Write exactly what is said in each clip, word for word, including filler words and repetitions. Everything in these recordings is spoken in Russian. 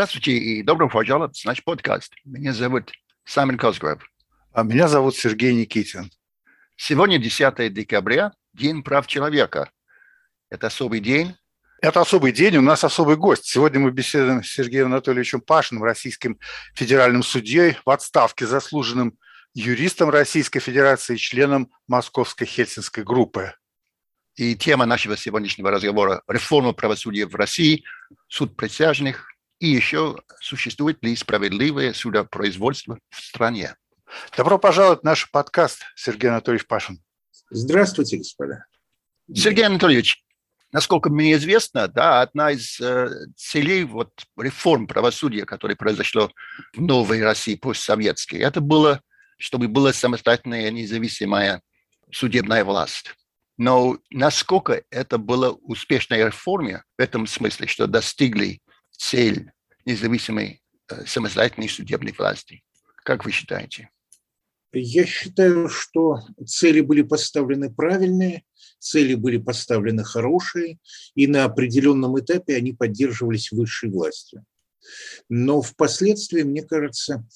Здравствуйте и добро пожаловать в наш подкаст. Меня зовут Саймон Косгров. А меня зовут Сергей Никитин. Сегодня десятое декабря, День прав человека. Это особый день. Это особый день, у нас особый гость. Сегодня мы беседуем с Сергеем Анатольевичем Пашиным, российским федеральным судьей в отставке, заслуженным юристом Российской Федерации и членом Московской Хельсинской группы. И тема нашего сегодняшнего разговора – реформа правосудия в России, суд присяжных и еще существует ли справедливое судопроизводство в стране. Добро пожаловать в наш подкаст, Сергей Анатольевич Пашин. Здравствуйте, господа. Сергей Анатольевич, насколько мне известно, да, одна из э, целей вот, реформ правосудия, которое произошло в новой России постсоветской, это было, чтобы была самостоятельная независимая судебная власть. Но насколько это было успешной реформой в этом смысле, что достигли цель независимой э, самостоятельной судебной власти? Как вы считаете? Я считаю, что цели были поставлены правильные, цели были поставлены хорошие, и на определенном этапе они поддерживались высшей властью. Но впоследствии, мне кажется,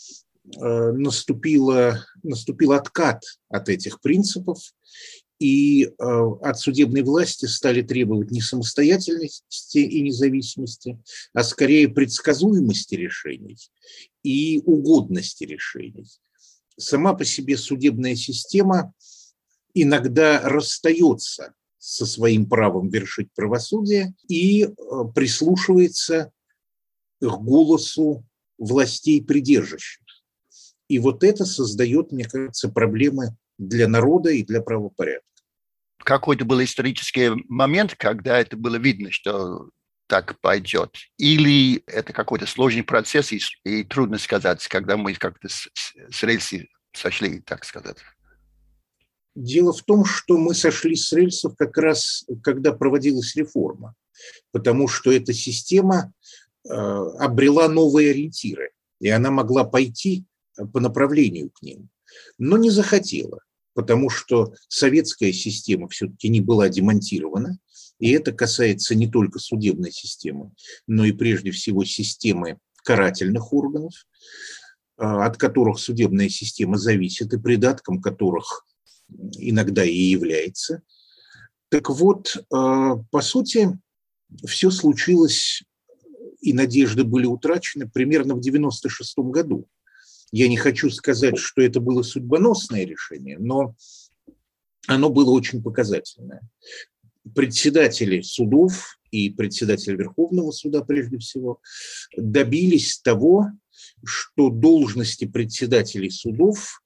наступило, наступил откат от этих принципов, и от судебной власти стали требовать не самостоятельности и независимости, а скорее предсказуемости решений и угодности решений. Сама по себе судебная система иногда расстается со своим правом вершить правосудие и прислушивается к голосу властей придержащих. И вот это создает, мне кажется, проблемы для народа и для правопорядка. Какой-то был исторический момент, когда это было видно, что так пойдет? Или это какой-то сложный процесс, и, и трудно сказать, когда мы как-то с, с рельсы сошли, так сказать? Дело в том, что мы сошли с рельсов как раз, когда проводилась реформа, потому что эта система э, обрела новые ориентиры, и она могла пойти по направлению к ним, но не захотела, потому что советская система все-таки не была демонтирована, и это касается не только судебной системы, но и прежде всего системы карательных органов, от которых судебная система зависит, и придатком которых иногда и является. Так вот, по сути, все случилось, и надежды были утрачены примерно в девяносто шестом году. Я не хочу сказать, что это было судьбоносное решение, но оно было очень показательное. Председатели судов и председатель Верховного суда, прежде всего, добились того, что должности председателей судов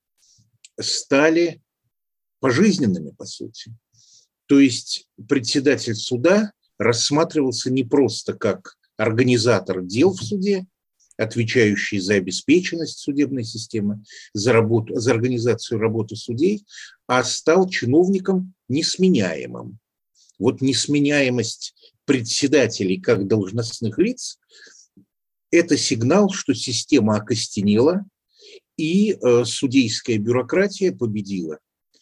стали пожизненными, по сути. То есть председатель суда рассматривался не просто как организатор дел в суде, отвечающий за обеспеченность судебной системы, за, работу, за организацию работы судей, а стал чиновником несменяемым. Вот несменяемость председателей как должностных лиц – это сигнал, что система окостенела, и э, судейская бюрократия победила.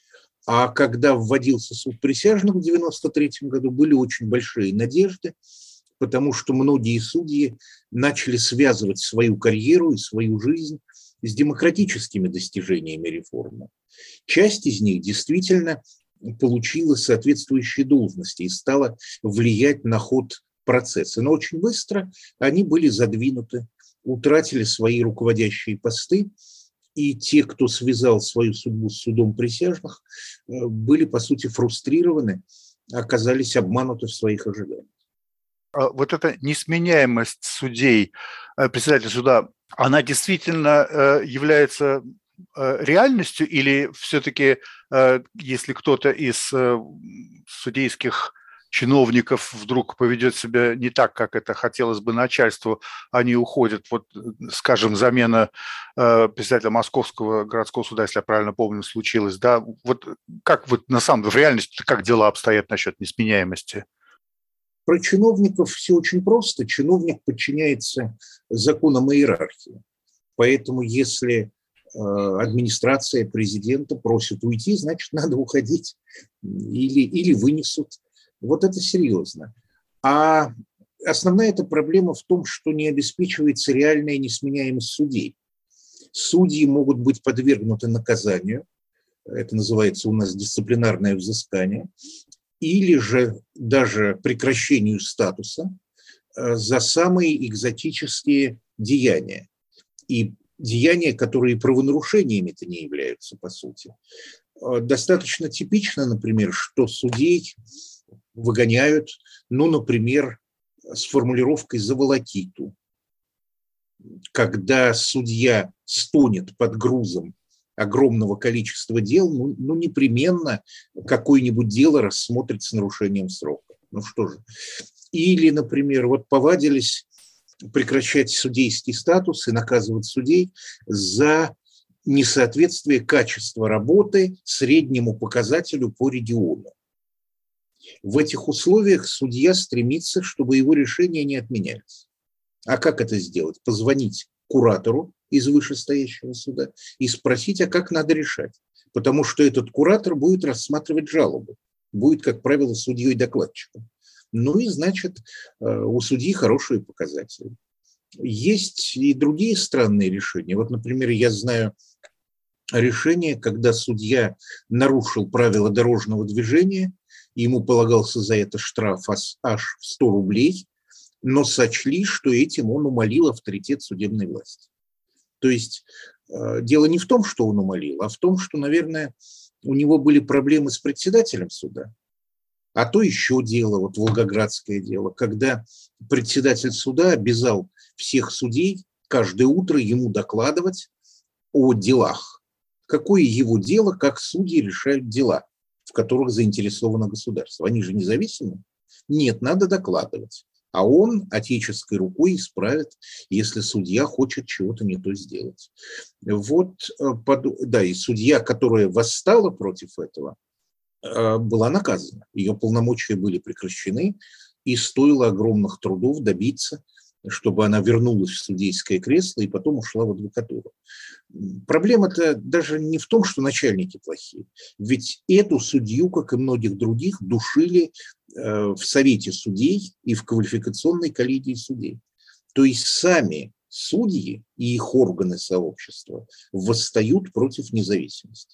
А когда вводился суд присяжных в девяносто третьем году, были очень большие надежды, потому что многие судьи начали связывать свою карьеру и свою жизнь с демократическими достижениями реформы. Часть из них действительно получила соответствующие должности и стала влиять на ход процесса. Но очень быстро они были задвинуты, утратили свои руководящие посты, и те, кто связал свою судьбу с судом присяжных, были, по сути, фрустрированы, оказались обмануты в своих ожиданиях. Вот эта несменяемость судей, председателя суда, она действительно является реальностью, или все-таки, если кто-то из судейских чиновников вдруг поведет себя не так, как это хотелось бы начальству, они уходят? Вот, скажем, замена председателя Московского городского суда, если я правильно помню, случилась, да? Вот как вот на самом деле в реальности, как дела обстоят насчет несменяемости? Про чиновников все очень просто. Чиновник подчиняется законам иерархии. Поэтому если администрация президента просит уйти, значит, надо уходить или, или вынесут. Вот это серьезно. А основная эта проблема в том, что не обеспечивается реальная несменяемость судей. Судьи могут быть подвергнуты наказанию, это называется у нас дисциплинарное взыскание, или же даже прекращению статуса за самые экзотические деяния. И деяния, которые правонарушениями-то не являются, по сути. Достаточно типично, например, что судей выгоняют, ну, например, с формулировкой «за волокиту». Когда судья стонет под грузом огромного количества дел, ну, ну непременно какое-нибудь дело рассмотрит с нарушением срока. Ну что же. Или, например, вот повадились прекращать судейский статус и наказывать судей за несоответствие качества работы среднему показателю по региону. В этих условиях судья стремится, чтобы его решения не отменялись. А как это сделать? Позвонить куратору из вышестоящего суда и спросить, а как надо решать. Потому что этот куратор будет рассматривать жалобу, будет, как правило, судьей-докладчиком. Ну и, значит, у судьи хорошие показатели. Есть и другие странные решения. Вот, например, я знаю решение, когда судья нарушил правила дорожного движения, ему полагался за это штраф аж в сто рублей, но сочли, что этим он умалил авторитет судебной власти. То есть дело не в том, что он умалил, а в том, что, наверное, у него были проблемы с председателем суда. А то еще дело, вот волгоградское дело, когда председатель суда обязал всех судей каждое утро ему докладывать о делах. Какое его дело, как судьи решают дела, в которых заинтересовано государство. Они же независимы? Нет, надо докладывать. А он отеческой рукой исправит, если судья хочет чего-то не то сделать. Вот, да, и судья, которая восстала против этого, была наказана. Ее полномочия были прекращены, и стоило огромных трудов добиться, чтобы она вернулась в судейское кресло и потом ушла в адвокатуру. Проблема-то даже не в том, что начальники плохие. Ведь эту судью, как и многих других, душили в Совете судей и в квалификационной коллегии судей. То есть сами судьи и их органы сообщества восстают против независимости.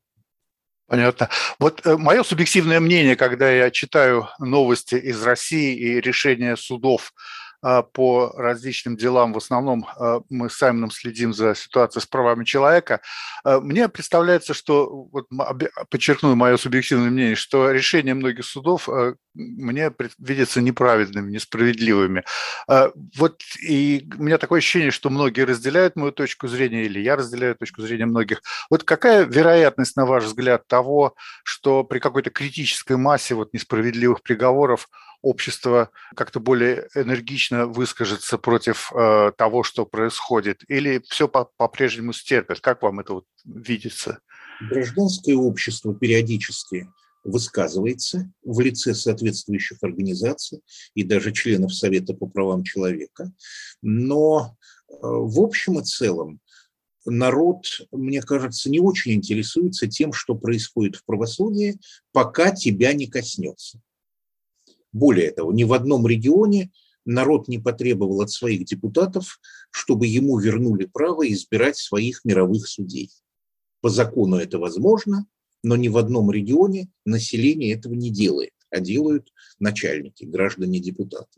Понятно. Вот э, мое субъективное мнение, когда я читаю новости из России и решения судов э, по различным делам, в основном э, мы с Саймоном следим за ситуацией с правами человека, э, мне представляется, что, вот, подчеркну мое субъективное мнение, что решения многих судов э, мне видятся неправедными, несправедливыми. Э, вот и у меня такое ощущение, что многие разделяют мою точку зрения, или я разделяю точку зрения многих. Вот какая вероятность, на ваш взгляд, того, что при какой-то критической массе вот несправедливых приговоров общество как-то более энергично выскажется против э, того, что происходит? Или все по- по-прежнему стерпят? Как вам это вот видится? Гражданское общество периодически высказывается в лице соответствующих организаций и даже членов Совета по правам человека. Но э, в общем и целом народ, мне кажется, не очень интересуется тем, что происходит в правосудии, пока тебя не коснется. Более того, ни в одном регионе народ не потребовал от своих депутатов, чтобы ему вернули право избирать своих мировых судей. По закону это возможно, но ни в одном регионе население этого не делает, а делают начальники, граждане-депутаты.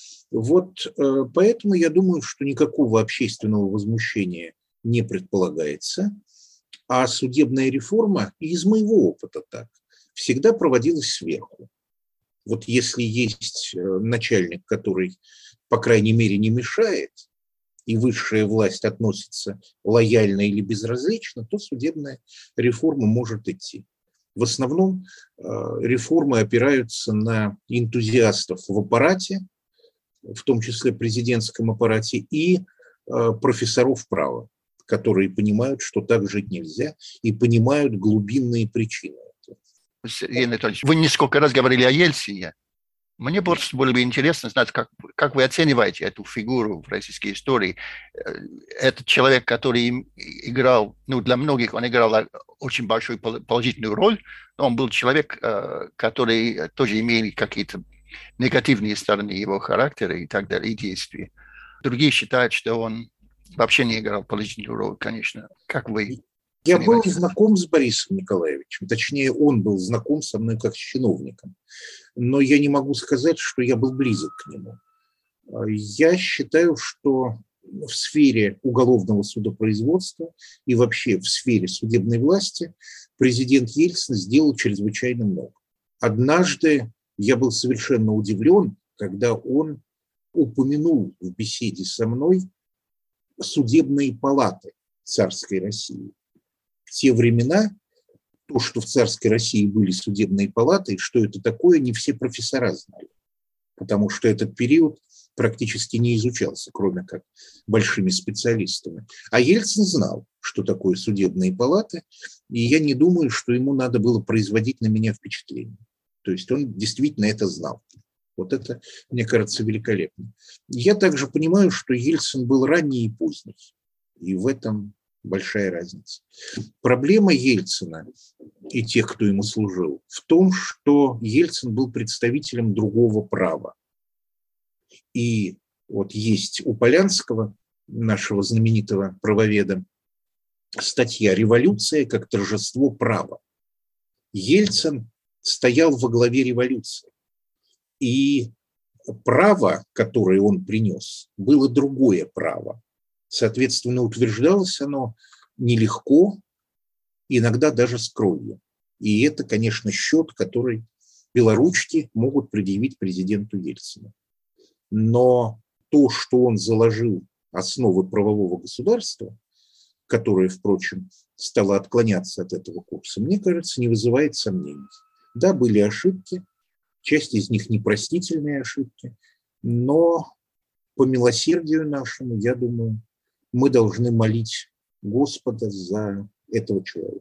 Вот поэтому я думаю, что никакого общественного возмущения не предполагается, а судебная реформа, и из моего опыта так, всегда проводилась сверху. Вот если есть начальник, который, по крайней мере, не мешает, и высшая власть относится лояльно или безразлично, то судебная реформа может идти. В основном реформы опираются на энтузиастов в аппарате, в том числе президентском аппарате, и профессоров права, которые понимают, что так жить нельзя, и понимают глубинные причины. Сергей Анатольевич, вы несколько раз говорили о Ельцине. Мне просто было бы интересно знать, как, как вы оцениваете эту фигуру в российской истории. Этот человек, который играл, ну, для многих он играл очень большую положительную роль, но он был человек, который тоже имел какие-то негативные стороны его характера и так далее, и действий. Другие считают, что он вообще не играл положительную роль, конечно. Как вы? Я был знаком с Борисом Николаевичем, точнее, он был знаком со мной как с чиновником, но я не могу сказать, что я был близок к нему. Я считаю, что в сфере уголовного судопроизводства и вообще в сфере судебной власти президент Ельцин сделал чрезвычайно много. Однажды я был совершенно удивлен, когда он упомянул в беседе со мной судебные палаты царской России. В те времена то, что в царской России были судебные палаты, и что это такое, не все профессора знали, потому что этот период практически не изучался, кроме как большими специалистами. А Ельцин знал, что такое судебные палаты, и я не думаю, что ему надо было производить на меня впечатление. То есть он действительно это знал. Вот это, мне кажется, великолепно. Я также понимаю, что Ельцин был ранний и поздний, и в этом большая разница. Проблема Ельцина и тех, кто ему служил, в том, что Ельцин был представителем другого права. И вот есть у Полянского, нашего знаменитого правоведа, статья «Революция как торжество права». Ельцин стоял во главе революции. И право, которое он принес, было другое право. Соответственно, утверждалось оно нелегко, иногда даже с кровью. И это, конечно, счет, который белоручки могут предъявить президенту Ельцину. Но то, что он заложил основы правового государства, которое, впрочем, стало отклоняться от этого курса, мне кажется, не вызывает сомнений. Да, были ошибки, часть из них непростительные ошибки, но по милосердию нашему, я думаю, мы должны молить Господа за этого человека.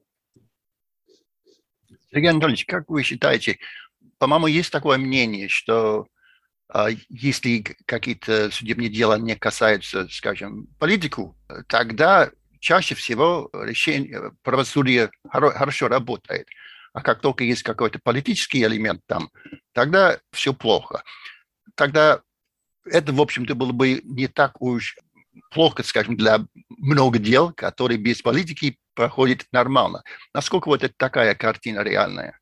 Сергей Анатольевич, как вы считаете, по-моему, есть такое мнение, что а, если какие-то судебные дела не касаются, скажем, политику, тогда чаще всего решение, правосудие хорошо работает. А как только есть какой-то политический элемент там, тогда все плохо. Тогда это, в общем-то, было бы не так уж плохо, скажем, для много дел, которые без политики проходят нормально. Насколько вот это такая картина реальная?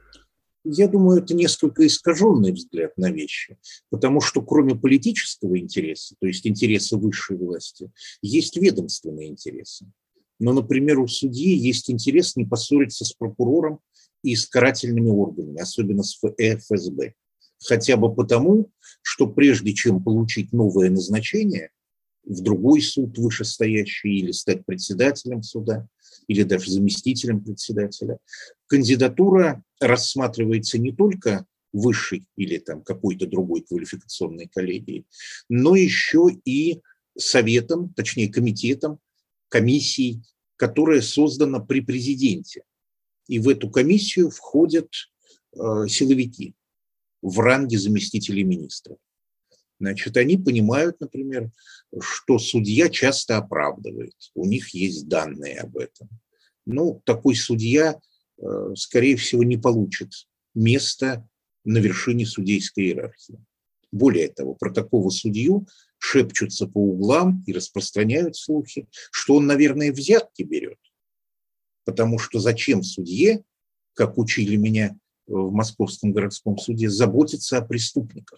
Я думаю, это несколько искаженный взгляд на вещи, потому что кроме политического интереса, то есть интереса высшей власти, есть ведомственные интересы. Но, например, у судьи есть интерес не поссориться с прокурором и с карательными органами, особенно с эф эс бэ. Хотя бы потому, что прежде чем получить новое назначение в другой суд вышестоящий или стать председателем суда, или даже заместителем председателя, кандидатура рассматривается не только высшей или там какой-то другой квалификационной коллегией, но еще и советом, точнее комитетом, комиссией, которая создана при президенте. И в эту комиссию входят э, силовики в ранге заместителей министров. Значит, они понимают, например, что судья часто оправдывает. У них есть данные об этом. Ну, такой судья, скорее всего, не получит места на вершине судейской иерархии. Более того, про такого судью шепчутся по углам и распространяют слухи, что он, наверное, взятки берет. Потому что зачем судье, как учили меня в Московском городском суде, заботиться о преступниках?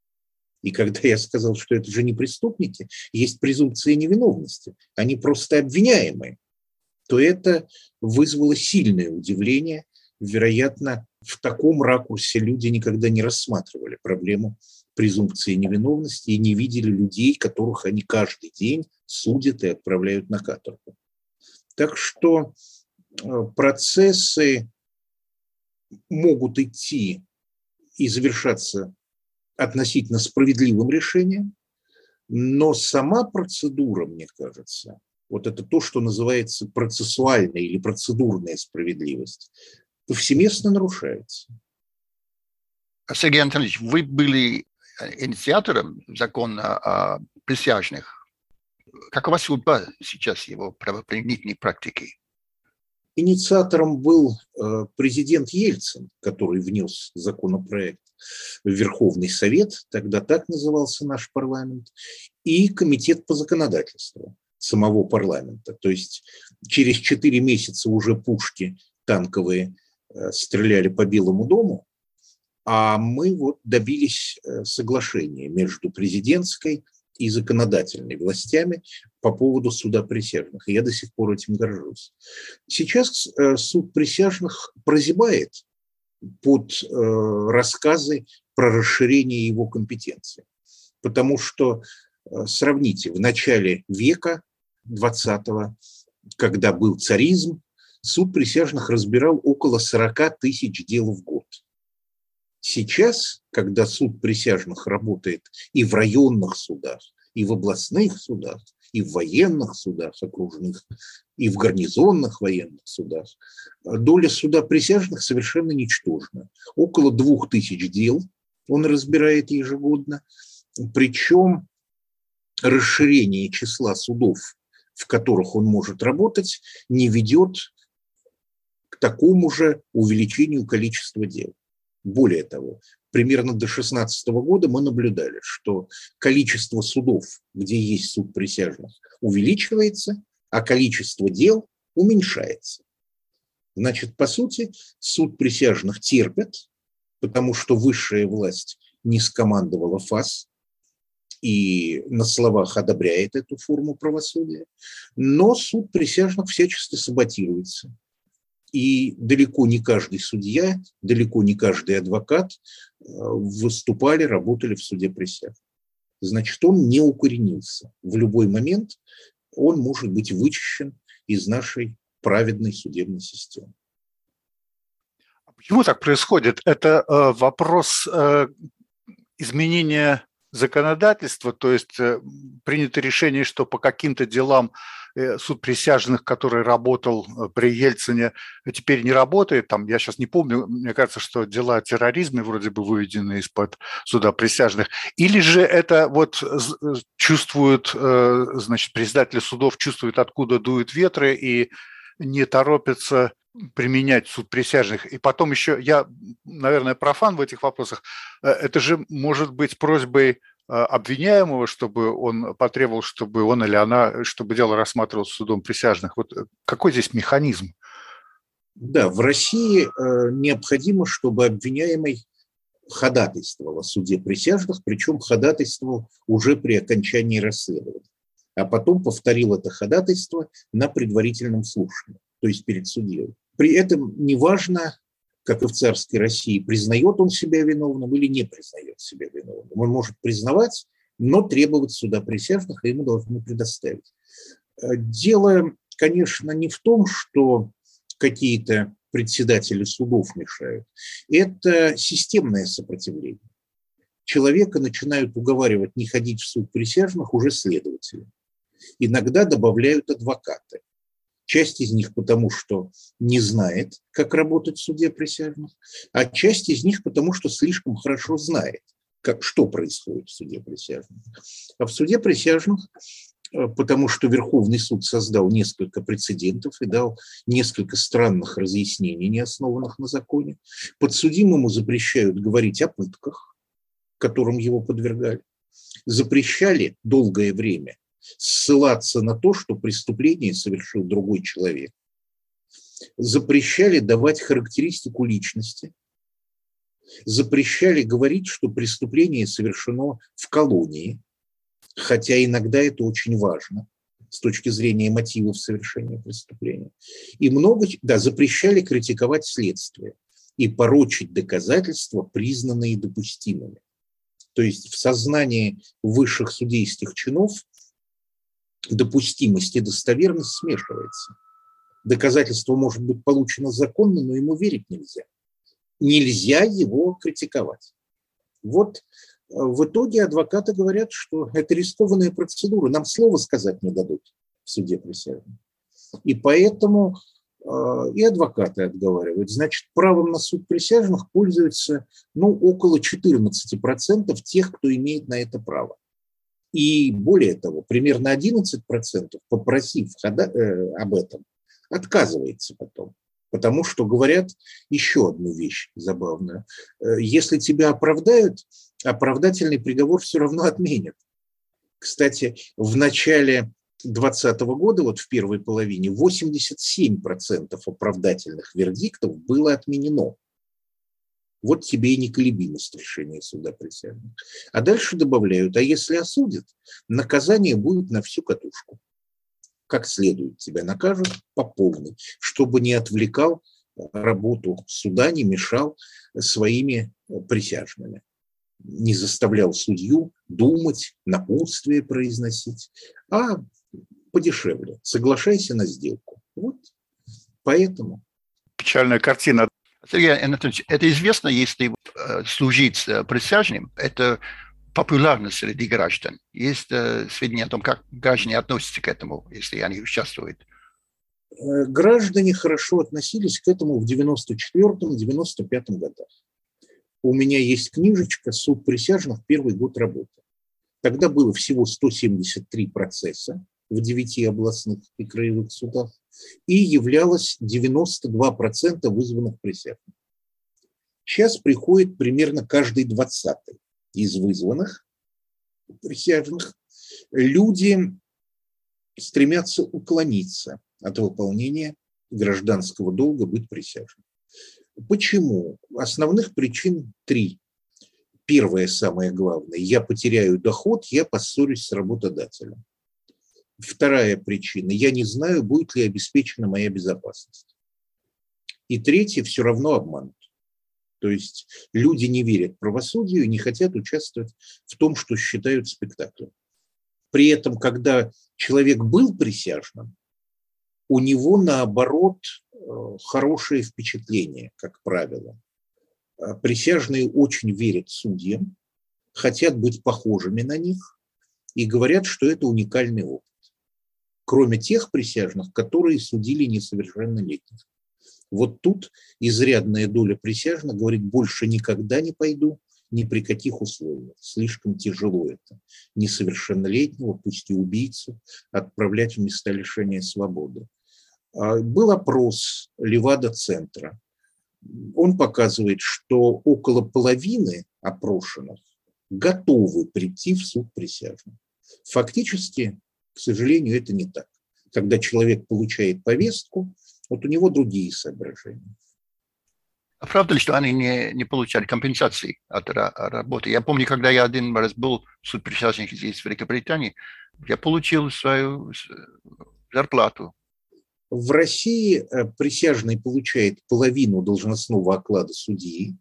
И когда я сказал, что это же не преступники, есть презумпция невиновности, они просто обвиняемые, то это вызвало сильное удивление. Вероятно, в таком ракурсе люди никогда не рассматривали проблему презумпции невиновности и не видели людей, которых они каждый день судят и отправляют на каторгу. Так что процессы могут идти и завершаться относительно справедливым решением, но сама процедура, мне кажется, вот это то, что называется процессуальная или процедурная справедливость, повсеместно нарушается. Сергей Анатольевич, вы были инициатором закона о присяжных. Какова судьба сейчас его правоприменительной практики? Инициатором был президент Ельцин, который внес законопроект. Верховный Совет, тогда так назывался наш парламент, и Комитет по законодательству самого парламента. То есть через четыре месяца уже пушки танковые стреляли по Белому дому, а мы вот добились соглашения между президентской и законодательной властями по поводу суда присяжных. И я до сих пор этим горжусь. Сейчас суд присяжных прозябает под рассказы про расширение его компетенции. Потому что, сравните, в начале века двадцатого, когда был царизм, суд присяжных разбирал около сорок тысяч дел в год. Сейчас, когда суд присяжных работает и в районных судах, и в областных судах, и в военных судах окружных, и в гарнизонных военных судах, доля суда присяжных совершенно ничтожна. Около двух тысяч дел он разбирает ежегодно, причем расширение числа судов, в которых он может работать, не ведет к такому же увеличению количества дел. Более того, примерно до две тысячи шестнадцатого года мы наблюдали, что количество судов, где есть суд присяжных, увеличивается, а количество дел уменьшается. Значит, по сути, суд присяжных терпит, потому что высшая власть не скомандовала ФАС и на словах одобряет эту форму правосудия, но суд присяжных всячески саботируется. И далеко не каждый судья, далеко не каждый адвокат выступали, работали в суде присяжных. Значит, он не укоренился. В любой момент он может быть вычищен из нашей праведной судебной системы. Почему так происходит? Это э, вопрос э, изменения законодательства, то есть э, принято решение, что по каким-то делам э, суд присяжных, который работал э, при Ельцине, теперь не работает. Там, я сейчас не помню, мне кажется, что дела о терроризме вроде бы выведены из-под суда присяжных. Или же это вот чувствуют, э, значит, председатели судов чувствуют, откуда дуют ветры и не торопятся применять суд присяжных. И потом еще, я, наверное, профан в этих вопросах, это же может быть просьбой обвиняемого, чтобы он потребовал, чтобы он или она, чтобы дело рассматривалось судом присяжных. Вот какой здесь механизм? Да, в России необходимо, чтобы обвиняемый ходатайствовал о суде присяжных, причем ходатайствовал уже при окончании расследования, а потом повторил это ходатайство на предварительном слушании, то есть перед судьей. При этом неважно, как и в царской России, признает он себя виновным или не признает себя виновным. Он может признавать, но требовать суда присяжных, и ему должны предоставить. Дело, конечно, не в том, что какие-то председатели судов мешают. Это системное сопротивление. Человека начинают уговаривать не ходить в суд присяжных уже следователи. Иногда добавляют адвокаты. Часть из них потому, что не знает, как работать в суде присяжных, а часть из них потому, что слишком хорошо знает, как, что происходит в суде присяжных. А в суде присяжных, потому что Верховный суд создал несколько прецедентов и дал несколько странных разъяснений, не основанных на законе, подсудимому запрещают говорить о пытках, которым его подвергали, запрещали долгое время ссылаться на то, что преступление совершил другой человек, запрещали давать характеристику личности, запрещали говорить, что преступление совершено в колонии, хотя иногда это очень важно с точки зрения мотивов совершения преступления. И много, да, запрещали критиковать следствие и порочить доказательства, признанные допустимыми. То есть в сознании высших судейских чинов допустимость и достоверность смешивается. Доказательство может быть получено законно, но ему верить нельзя. Нельзя его критиковать. Вот в итоге адвокаты говорят, что это рискованная процедура, нам слова сказать не дадут в суде присяжных. И поэтому и адвокаты отговаривают. Значит, правом на суд присяжных пользуются ну, около четырнадцать процентов тех, кто имеет на это право. И более того, примерно одиннадцать процентов, попросив хода, э, об этом, отказывается потом. Потому что говорят еще одну вещь забавную. Если тебя оправдают, оправдательный приговор все равно отменят. Кстати, в начале двадцатого года, вот в первой половине, восемьдесят семь процентов оправдательных вердиктов было отменено. Вот тебе и неколебимость решения суда присяжных. А дальше добавляют, а если осудят, наказание будет на всю катушку. Как следует тебя накажут по полной, чтобы не отвлекал работу суда, не мешал своими присяжными, не заставлял судью думать, напутствие произносить, а подешевле. Соглашайся на сделку. Вот поэтому. Печальная картина. Сергей Анатольевич, это известно, если служить присяжным, это популярно среди граждан. Есть сведения о том, как граждане относятся к этому, если они участвуют? Граждане хорошо относились к этому в девяносто четвёртом — девяносто пятом годах. У меня есть книжечка «Суд присяжных. Первый год работы». Тогда было всего сто семьдесят три процесса в девяти областных и краевых судах, и являлось девяносто два процента вызванных присяжных. Сейчас приходит примерно каждый двадцатый из вызванных присяжных. Люди стремятся уклониться от выполнения гражданского долга быть присяжным. Почему? Основных причин три. Первое, самое главное, я потеряю доход, я поссорюсь с работодателем. Вторая причина, я не знаю, будет ли обеспечена моя безопасность. И третье, все равно обманут. То есть люди не верят правосудию, не хотят участвовать в том, что считают спектаклем. При этом, когда человек был присяжным, у него, наоборот, хорошее впечатление, как правило. Присяжные очень верят судьям, хотят быть похожими на них и говорят, что это уникальный опыт. Кроме тех присяжных, которые судили несовершеннолетних. Вот тут изрядная доля присяжных говорит, больше никогда не пойду, ни при каких условиях. Слишком тяжело это. Несовершеннолетнего, пусть и убийцу, отправлять в места лишения свободы. Был опрос Левада-центра. Он показывает, что около половины опрошенных готовы прийти в суд присяжных. Фактически, к сожалению, это не так. Когда человек получает повестку, вот у него другие соображения. А правда ли, что они не, не получали компенсации от работы? Я помню, когда я один раз был в суд присяжных здесь, в Великобритании, я получил свою зарплату. В России присяжный получает половину должностного оклада судьи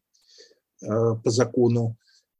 по закону,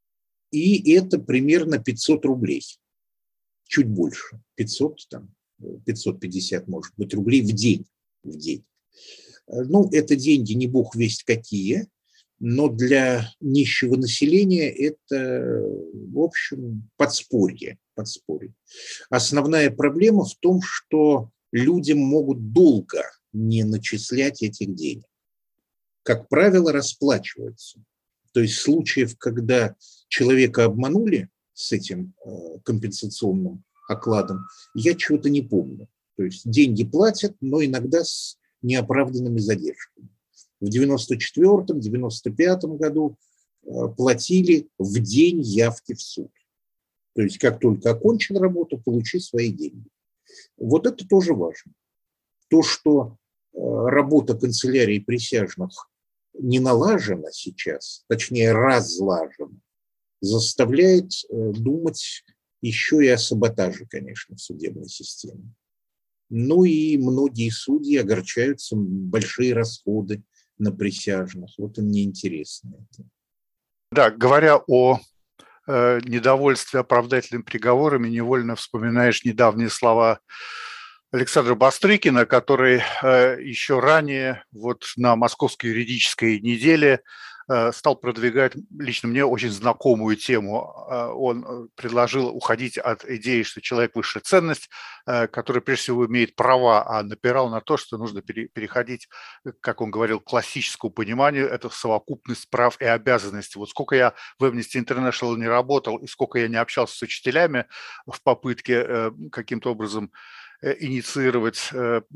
и это примерно пятьсот рублей, чуть больше, пятьсот, там, пятьсот пятьдесят, может быть, рублей в день. В день. Ну, это деньги не бог весть какие, но для нищего населения это, в общем, подспорье, подспорье. Основная проблема в том, что людям могут долго не начислять этих денег. Как правило, расплачиваются. То есть случаев, когда человека обманули с этим компенсационным окладом, я чего-то не помню. То есть деньги платят, но иногда с неоправданными задержками. В девяносто четвёртом — девяносто пятом году платили в день явки в суд. То есть как только окончил работу, получи свои деньги. Вот это тоже важно. То, что работа канцелярии присяжных не налажена сейчас, точнее разлажена, заставляет думать еще и о саботаже, конечно, в судебной системе. Ну и многие судьи огорчаются, большие расходы на присяжных. Вот и мне интересно это. Да, говоря о э, недовольстве оправдательными приговорами, невольно вспоминаешь недавние слова Александра Бастрыкина, который э, еще ранее вот на Московской юридической неделе э, стал продвигать лично мне очень знакомую тему. Э, он предложил уходить от идеи, что человек высшая ценность, э, который прежде всего имеет права, а напирал на то, что нужно пере, переходить, как он говорил, к классическому пониманию, это совокупность прав и обязанностей. Вот сколько я в Amnesty International не работал и сколько я не общался с учителями в попытке э, каким-то образом инициировать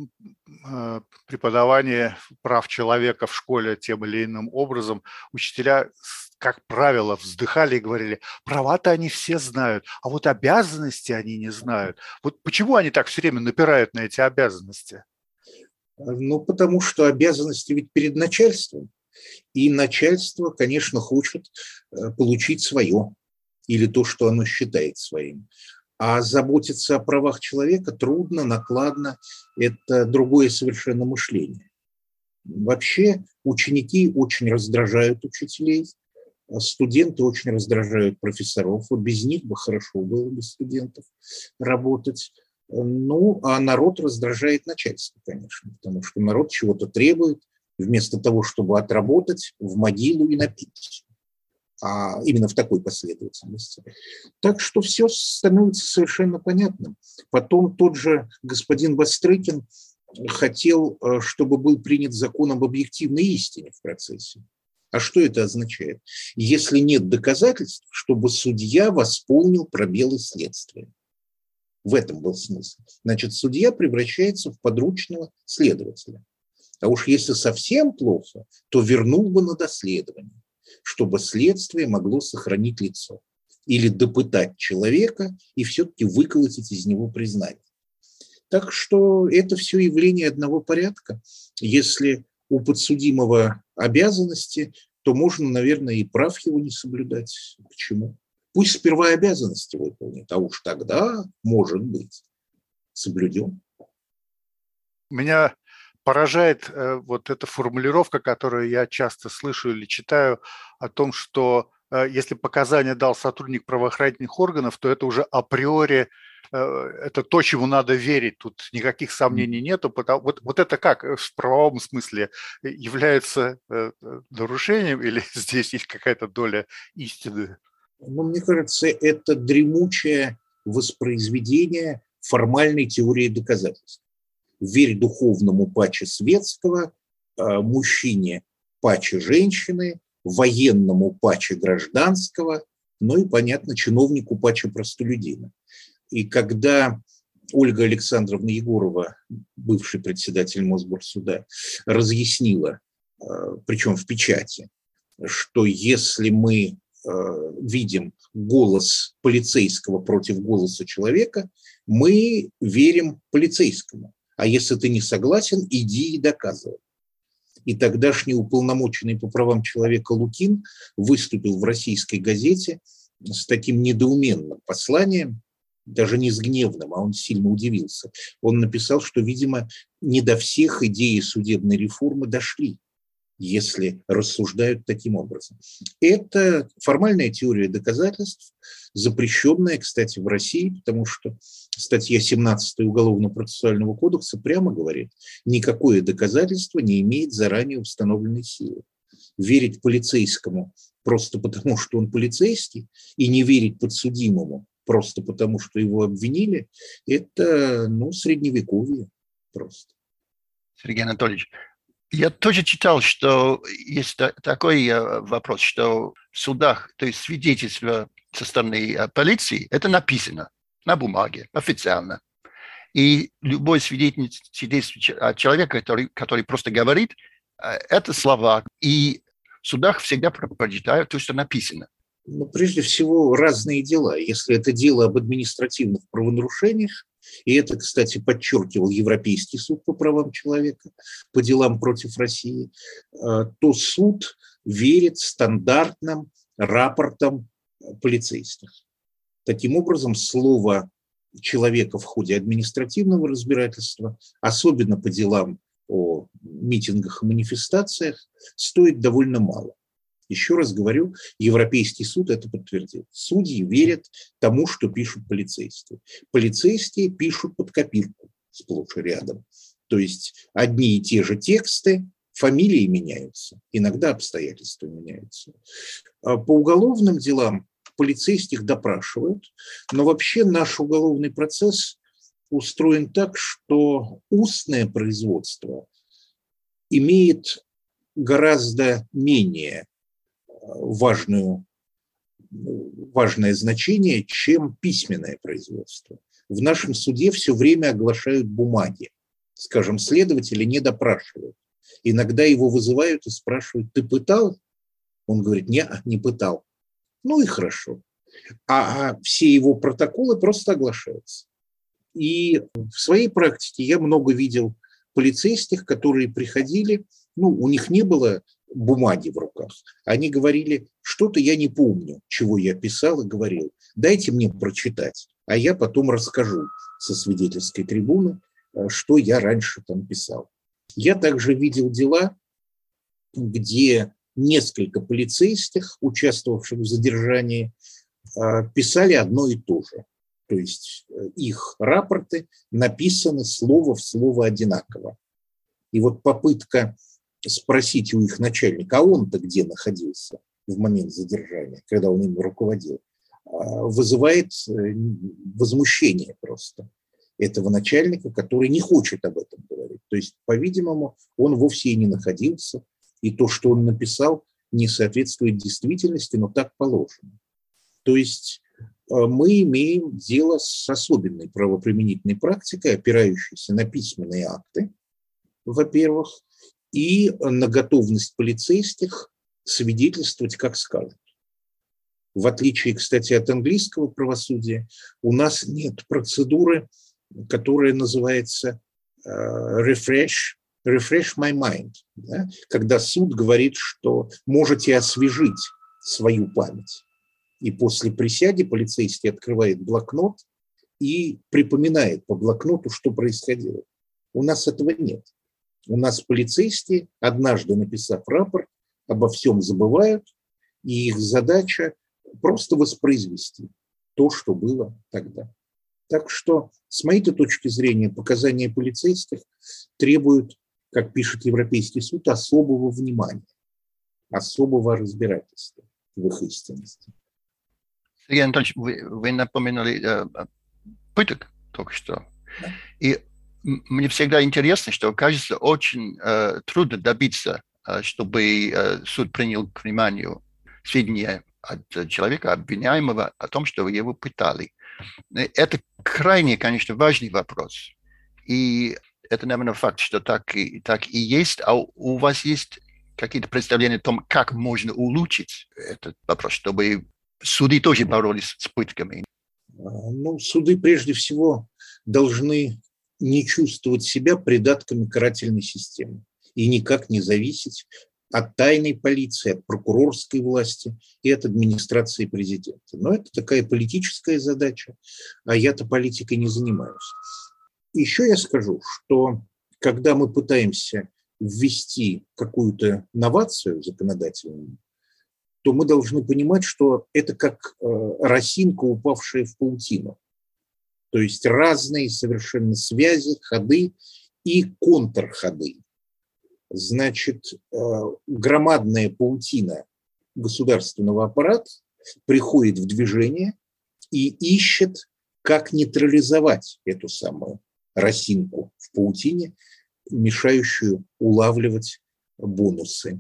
преподавание прав человека в школе тем или иным образом, учителя, как правило, вздыхали и говорили: права-то они все знают, а вот обязанности они не знают. Вот почему они так все время напирают на эти обязанности? Ну, потому что обязанности ведь перед начальством. И начальство, конечно, хочет получить свое или то, что оно считает своим. А заботиться о правах человека трудно, накладно. Это другое совершенно мышление. Вообще ученики очень раздражают учителей, студенты очень раздражают профессоров. Вот без них бы хорошо было, без студентов, работать. Ну, а народ раздражает начальство, конечно, потому что народ чего-то требует, вместо того, чтобы отработать, в могилу и напить. А именно в такой последовательности. Так что все становится совершенно понятным. Потом тот же господин Бастрыкин хотел, чтобы был принят закон об объективной истине в процессе. А что это означает? Если нет доказательств, чтобы судья восполнил пробелы следствия. В этом был смысл. Значит, судья превращается в подручного следователя. А уж если совсем плохо, то вернул бы на доследование, чтобы следствие могло сохранить лицо. Или допытать человека и все-таки выколотить из него признание. Так что это все явление одного порядка. Если у подсудимого обязанности, то можно, наверное, и прав его не соблюдать. Почему? Пусть сперва обязанности выполнит, а уж тогда, может быть, соблюдем. Меня поражает э, вот эта формулировка, которую я часто слышу или читаю, о том, что э, если показания дал сотрудник правоохранительных органов, то это уже априори, э, это то, чему надо верить, тут никаких сомнений нету. Потому, вот, вот это как в правовом смысле является э, нарушением или здесь есть какая-то доля истины? Ну, мне кажется, это дремучее воспроизведение формальной теории доказательств. Верь духовному паче светского, мужчине паче женщины, военному паче гражданского, ну и, понятно, чиновнику паче простолюдина. И когда Ольга Александровна Егорова, бывший председатель Мосгорсуда, разъяснила, причем в печати, что если мы видим голос полицейского против голоса человека, мы верим полицейскому. А если ты не согласен, иди и доказывай. И тогдашний уполномоченный по правам человека Лукин выступил в российской газете с таким недоуменным посланием, даже не с гневным, а он сильно удивился. Он написал, что, видимо, не до всех идеи судебной реформы дошли, если рассуждают таким образом. Это формальная теория доказательств, запрещенная, кстати, в России, потому что статья семнадцатая Уголовно-процессуального кодекса прямо говорит, никакое доказательство не имеет заранее установленной силы. Верить полицейскому просто потому, что он полицейский, и не верить подсудимому просто потому, что его обвинили, это, ну, средневековье просто. Сергей Анатольевич, я тоже читал, что есть такой вопрос, что в судах, то есть свидетельство со стороны полиции, это написано на бумаге, официально. И любой свидетельство человека, который, который просто говорит, это слова. И в судах всегда прочитают то, что написано. Ну, прежде всего, разные дела. Если это дело об административных правонарушениях, и это, кстати, подчеркивал Европейский суд по правам человека по делам против России, то суд верит стандартным рапортам полицейских. Таким образом, слово человека в ходе административного разбирательства, особенно по делам о митингах и манифестациях, стоит довольно мало. Еще раз говорю, Европейский суд это подтвердил. Судьи верят тому, что пишут полицейские. Полицейские пишут под копирку сплошь и рядом. То есть одни и те же тексты, фамилии меняются, иногда обстоятельства меняются. По уголовным делам полицейских допрашивают, но вообще наш уголовный процесс устроен так, что устное производство имеет гораздо менее важную, важное значение, чем письменное производство. В нашем суде все время оглашают бумаги. Скажем, следователя не допрашивают. Иногда его вызывают и спрашивают: ты пытал? Он говорит: не, не пытал. Ну и хорошо. А, а все его протоколы просто оглашаются. И в своей практике я много видел полицейских, которые приходили, ну, у них не было бумаги в руках. Они говорили: что-то я не помню, чего я писал и говорил. Дайте мне прочитать, а я потом расскажу со свидетельской трибуны, что я раньше там писал. Я также видел дела, где несколько полицейских, участвовавших в задержании, писали одно и то же. То есть их рапорты написаны слово в слово одинаково. И вот попытка спросить у их начальника: а он-то где находился в момент задержания, когда он им руководил, вызывает возмущение просто этого начальника, который не хочет об этом говорить. То есть, по-видимому, он вовсе и не находился, и то, что он написал, не соответствует действительности, но так положено. То есть мы имеем дело с особенной правоприменительной практикой, опирающейся на письменные акты, во-первых, и на готовность полицейских свидетельствовать, как скажут. В отличие, кстати, от английского правосудия, у нас нет процедуры, которая называется refresh, refresh my mind, да? Когда суд говорит, что можете освежить свою память. И после присяги полицейский открывает блокнот и припоминает по блокноту, что происходило. У нас этого нет. У нас полицейские, однажды написав рапорт, обо всем забывают, и их задача просто воспроизвести то, что было тогда. Так что, с моей точки зрения, показания полицейских требуют, как пишет Европейский суд, особого внимания, особого разбирательства в их истинности. Сергей Анатольевич, вы, вы напоминали э, пыток только что. Да. И мне всегда интересно, что, кажется, очень э, трудно добиться, э, чтобы э, суд принял к вниманию сведения от человека, обвиняемого, о том, что его пытали. Это крайне, конечно, важный вопрос. И это, наверное, факт, что так и, так и есть. А у вас есть какие-то представления о том, как можно улучшить этот вопрос, чтобы суды тоже боролись с пытками? Ну, суды прежде всего должны не чувствовать себя придатками карательной системы и никак не зависеть от тайной полиции, от прокурорской власти и от администрации президента. Но это такая политическая задача, а я-то политикой не занимаюсь. Еще я скажу, что когда мы пытаемся ввести какую-то новацию законодательную, то мы должны понимать, что это как росинка, упавшая в паутину. То есть разные совершенно связи, ходы и контрходы. Значит, громадная паутина государственного аппарата приходит в движение и ищет, как нейтрализовать эту самую росинку в паутине, мешающую улавливать бонусы.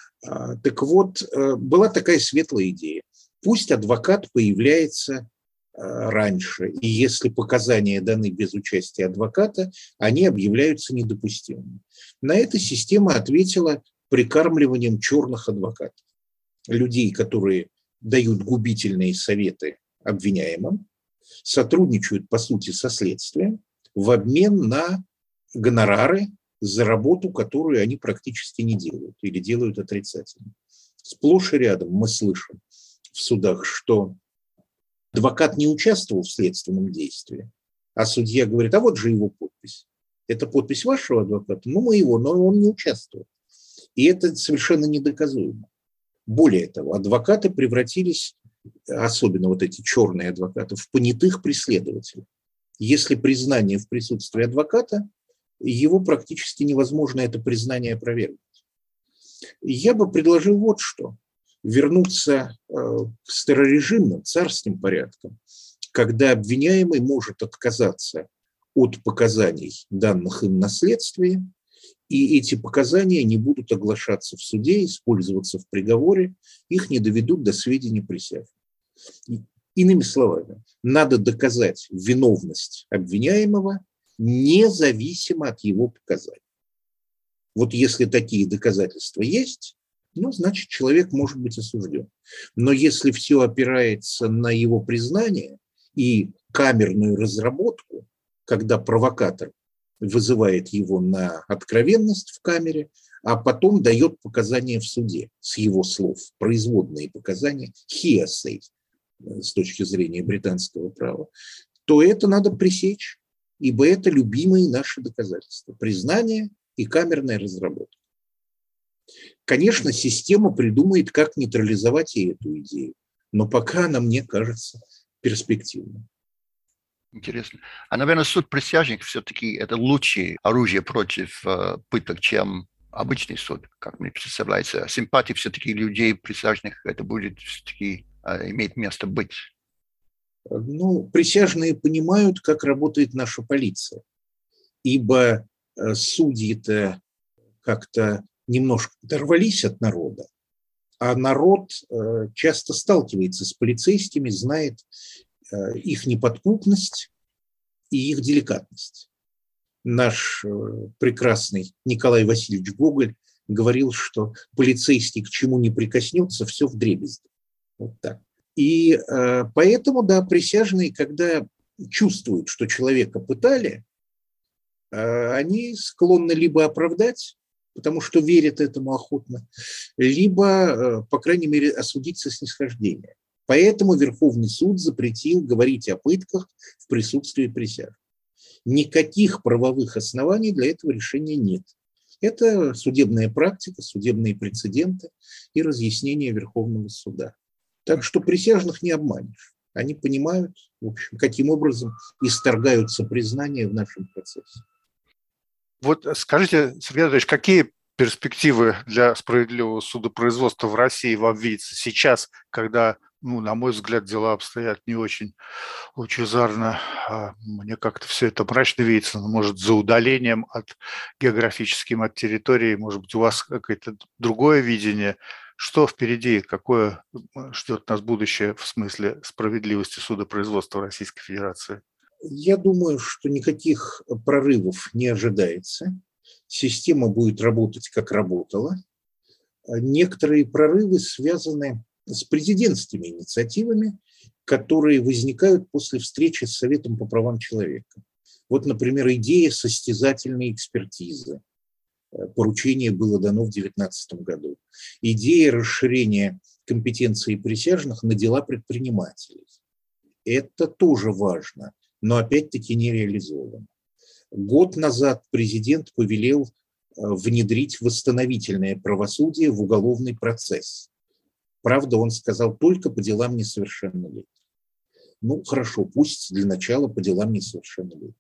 Так вот, была такая светлая идея. Пусть адвокат появляется раньше, и если показания даны без участия адвоката, они объявляются недопустимыми. На это система ответила прикармливанием черных адвокатов. Людей, которые дают губительные советы обвиняемым, сотрудничают, по сути, со следствием в обмен на гонорары за работу, которую они практически не делают или делают отрицательно. Сплошь и рядом мы слышим в судах, что адвокат не участвовал в следственном действии, а судья говорит: а вот же его подпись. Это подпись вашего адвоката? Ну, моего, но он не участвовал. И это совершенно недоказуемо. Более того, адвокаты превратились, особенно вот эти черные адвокаты, в понятых преследователей. Если признание в присутствии адвоката, его практически невозможно это признание опровергнуть. Я бы предложил вот что. Вернуться к старорежимным, царским порядкам, когда обвиняемый может отказаться от показаний, данных им на следствии, и эти показания не будут оглашаться в суде, использоваться в приговоре, их не доведут до сведения присяжных. Иными словами, надо доказать виновность обвиняемого независимо от его показаний. Вот если такие доказательства есть, ну, значит, человек может быть осужден. Но если все опирается на его признание и камерную разработку, когда провокатор вызывает его на откровенность в камере, а потом дает показания в суде с его слов, производные показания, hearsay с точки зрения британского права, то это надо пресечь, ибо это любимые наши доказательства. Признание и камерная разработка. Конечно, система придумает, как нейтрализовать и эту идею, но пока она, мне кажется, перспективной. Интересно. А, наверное, суд присяжных все-таки это лучшее оружие против э, пыток, чем обычный суд, как мне представляется. Симпатии все-таки людей присяжных это будет все-таки э, иметь место быть. Ну, присяжные понимают, как работает наша полиция, ибо э, судьи-то как-то немножко оторвались от народа, а народ э, часто сталкивается с полицейскими, знает э, их неподкупность и их деликатность. Наш э, прекрасный Николай Васильевич Гоголь говорил, что полицейский к чему не прикоснется, все вдребезги. Вот так. И э, поэтому, да, присяжные, когда чувствуют, что человека пытали, э, они склонны либо оправдать, потому что верят этому охотно, либо, по крайней мере, осудить со снисхождением. Поэтому Верховный суд запретил говорить о пытках в присутствии присяжных. Никаких правовых оснований для этого решения нет. Это судебная практика, судебные прецеденты и разъяснения Верховного суда. Так что присяжных не обманешь. Они понимают, в общем, каким образом исторгаются признания в нашем процессе. Вот скажите, Сергей Анатольевич, какие перспективы для справедливого судопроизводства в России вам видятся сейчас, когда, ну, на мой взгляд, дела обстоят не очень лучезарно? Мне как-то все это мрачно видится, но, может, за удалением от географическим от территории, может быть, у вас какое-то другое видение? Что впереди, какое ждет нас будущее в смысле справедливости судопроизводства Российской Федерации? Я думаю, что никаких прорывов не ожидается. Система будет работать, как работала. Некоторые прорывы связаны с президентскими инициативами, которые возникают после встречи с Советом по правам человека. Вот, например, идея состязательной экспертизы. Поручение было дано в две тысячи девятнадцатом году. Идея расширения компетенции присяжных на дела предпринимателей. Это тоже важно, но опять-таки не реализовано. Год назад президент повелел внедрить восстановительное правосудие в уголовный процесс. Правда, он сказал только по делам несовершеннолетних. Ну, хорошо, пусть для начала по делам несовершеннолетних.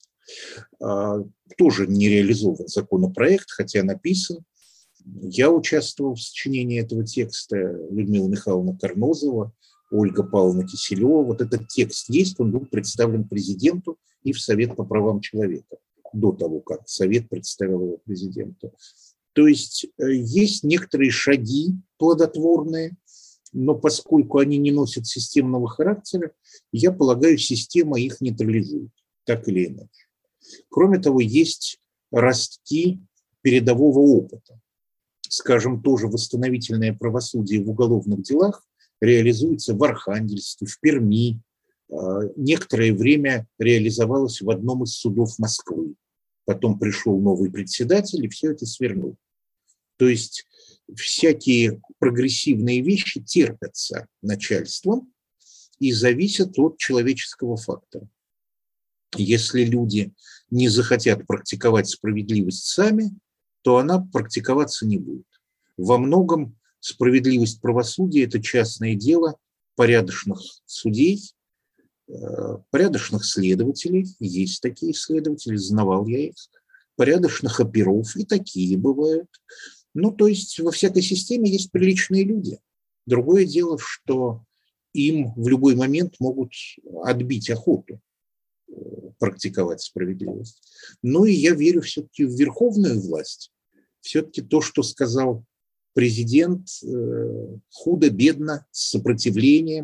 Тоже не реализован законопроект, хотя написан. Я участвовал в сочинении этого текста, Людмила Михайловна Карнозова, Ольга Павловна Киселева. Вот этот текст есть, он был представлен президенту и в Совет по правам человека до того, как Совет представил его президенту. То есть есть некоторые шаги плодотворные, но поскольку они не носят системного характера, я полагаю, система их нейтрализует, так или иначе. Кроме того, есть ростки передового опыта. Скажем, тоже восстановительное правосудие в уголовных делах реализуется в Архангельске, в Перми. Некоторое время реализовалось в одном из судов Москвы. Потом пришел новый председатель и все это свернул. То есть всякие прогрессивные вещи терпятся начальством и зависят от человеческого фактора. Если люди не захотят практиковать справедливость сами, то она практиковаться не будет. Во многом справедливость правосудия – это частное дело порядочных судей, порядочных следователей, есть такие следователи, знавал я их, порядочных оперов, и такие бывают. Ну, то есть во всякой системе есть приличные люди. Другое дело, что им в любой момент могут отбить охоту практиковать справедливость. Ну и я верю все-таки в верховную власть. Все-таки то, что сказал президент, худо-бедно, с сопротивлением,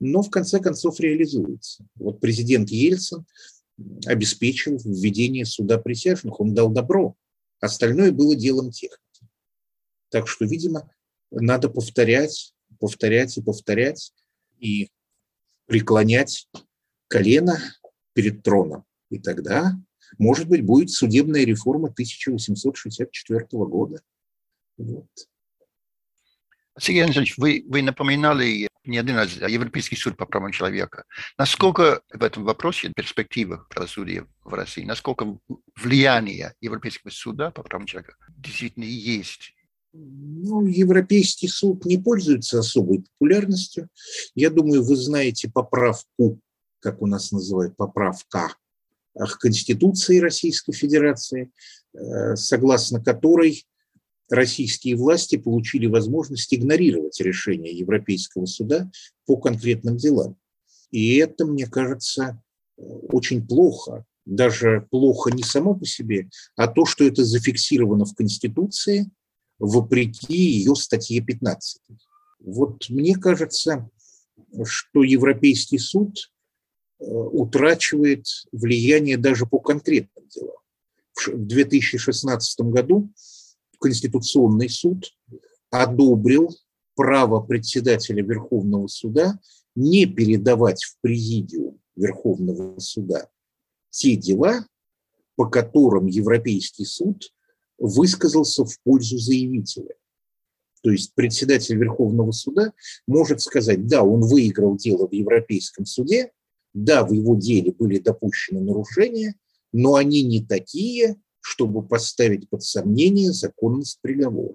но в конце концов реализуется. Вот президент Ельцин обеспечил введение суда присяжных, он дал добро, остальное было делом техники. Так что, видимо, надо повторять, повторять и повторять, и преклонять колено перед троном. И тогда, может быть, будет судебная реформа тысяча восемьсот шестьдесят четвёртого года. Вот. Сергей Анатольевич, вы, вы напоминали не один раз Европейский суд по правам человека. Насколько в этом вопросе перспектива правосудия в России, насколько влияние Европейского суда по правам человека действительно есть? Ну, Европейский суд не пользуется особой популярностью. Я думаю, вы знаете поправку, как у нас называют, поправка к Конституции Российской Федерации, согласно которой российские власти получили возможность игнорировать решения Европейского суда по конкретным делам. И это, мне кажется, очень плохо. Даже плохо не само по себе, а то, что это зафиксировано в Конституции, вопреки ее статье пятнадцатой. Вот мне кажется, что Европейский суд утрачивает влияние даже по конкретным делам. В две тысячи шестнадцатом году Конституционный суд одобрил право председателя Верховного суда не передавать в президиум Верховного суда те дела, по которым Европейский суд высказался в пользу заявителя. То есть председатель Верховного суда может сказать, да, он выиграл дело в Европейском суде, да, в его деле были допущены нарушения, но они не такие, чтобы поставить под сомнение законность приговора.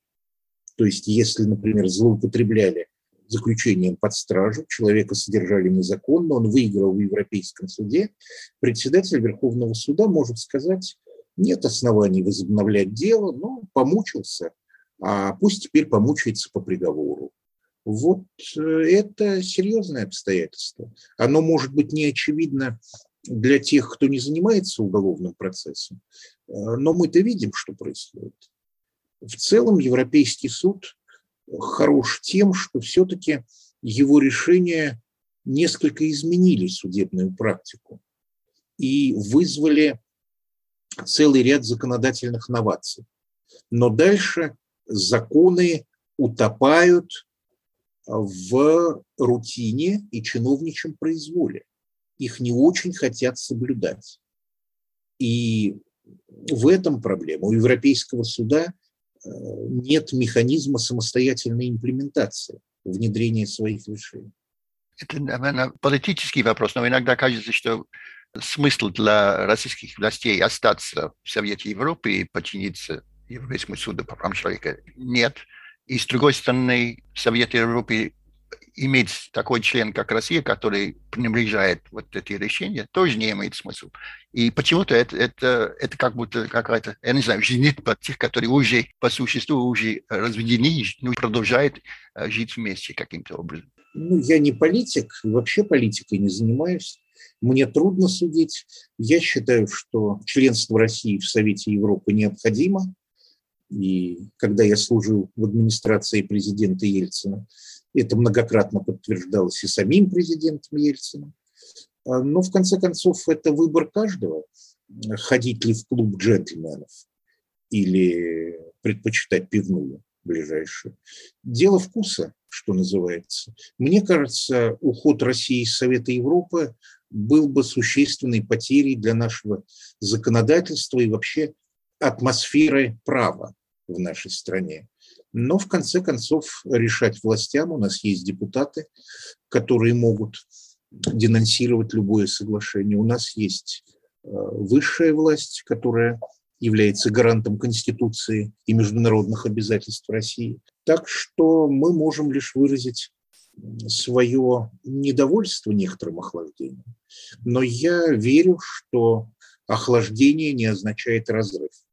То есть если, например, злоупотребляли заключением под стражу, человека содержали незаконно, он выиграл в Европейском суде, председатель Верховного суда может сказать, нет оснований возобновлять дело, но помучился, а пусть теперь помучается по приговору. Вот это серьезное обстоятельство. Оно может быть не очевидно для тех, кто не занимается уголовным процессом, но мы-то видим, что происходит. В целом Европейский суд хорош тем, что все-таки его решения несколько изменили судебную практику и вызвали целый ряд законодательных новаций. Но дальше законы утопают в рутине и чиновничьем произволе. Их не очень хотят соблюдать. И в этом проблема. У Европейского суда нет механизма самостоятельной имплементации, внедрения своих решений. Это, наверное, политический вопрос, но иногда кажется, что смысл для российских властей остаться в Совете Европы и подчиниться Европейскому суду по правам человека нет. И с другой стороны, Совет Европы иметь такой член, как Россия, который пренебрежает вот эти решения, тоже не имеет смысла. И почему-то это, это, это как будто какая-то, я не знаю, женитьба тех, которые уже по существу уже разведены, ну, продолжают жить вместе каким-то образом. Ну, я не политик, вообще политикой не занимаюсь. Мне трудно судить. Я считаю, что членство России в Совете Европы необходимо. И когда я служил в администрации президента Ельцина, это многократно подтверждалось и самим президентом Ельциным. Но, в конце концов, это выбор каждого, ходить ли в клуб джентльменов или предпочитать пивную ближайшую. Дело вкуса, что называется. Мне кажется, уход России из Совета Европы был бы существенной потерей для нашего законодательства и вообще атмосферы права в нашей стране. Но, в конце концов, решать властям. У нас есть депутаты, которые могут денонсировать любое соглашение. У нас есть высшая власть, которая является гарантом Конституции и международных обязательств России. Так что мы можем лишь выразить свое недовольство некоторым охлаждением. Но я верю, что охлаждение не означает разрыв.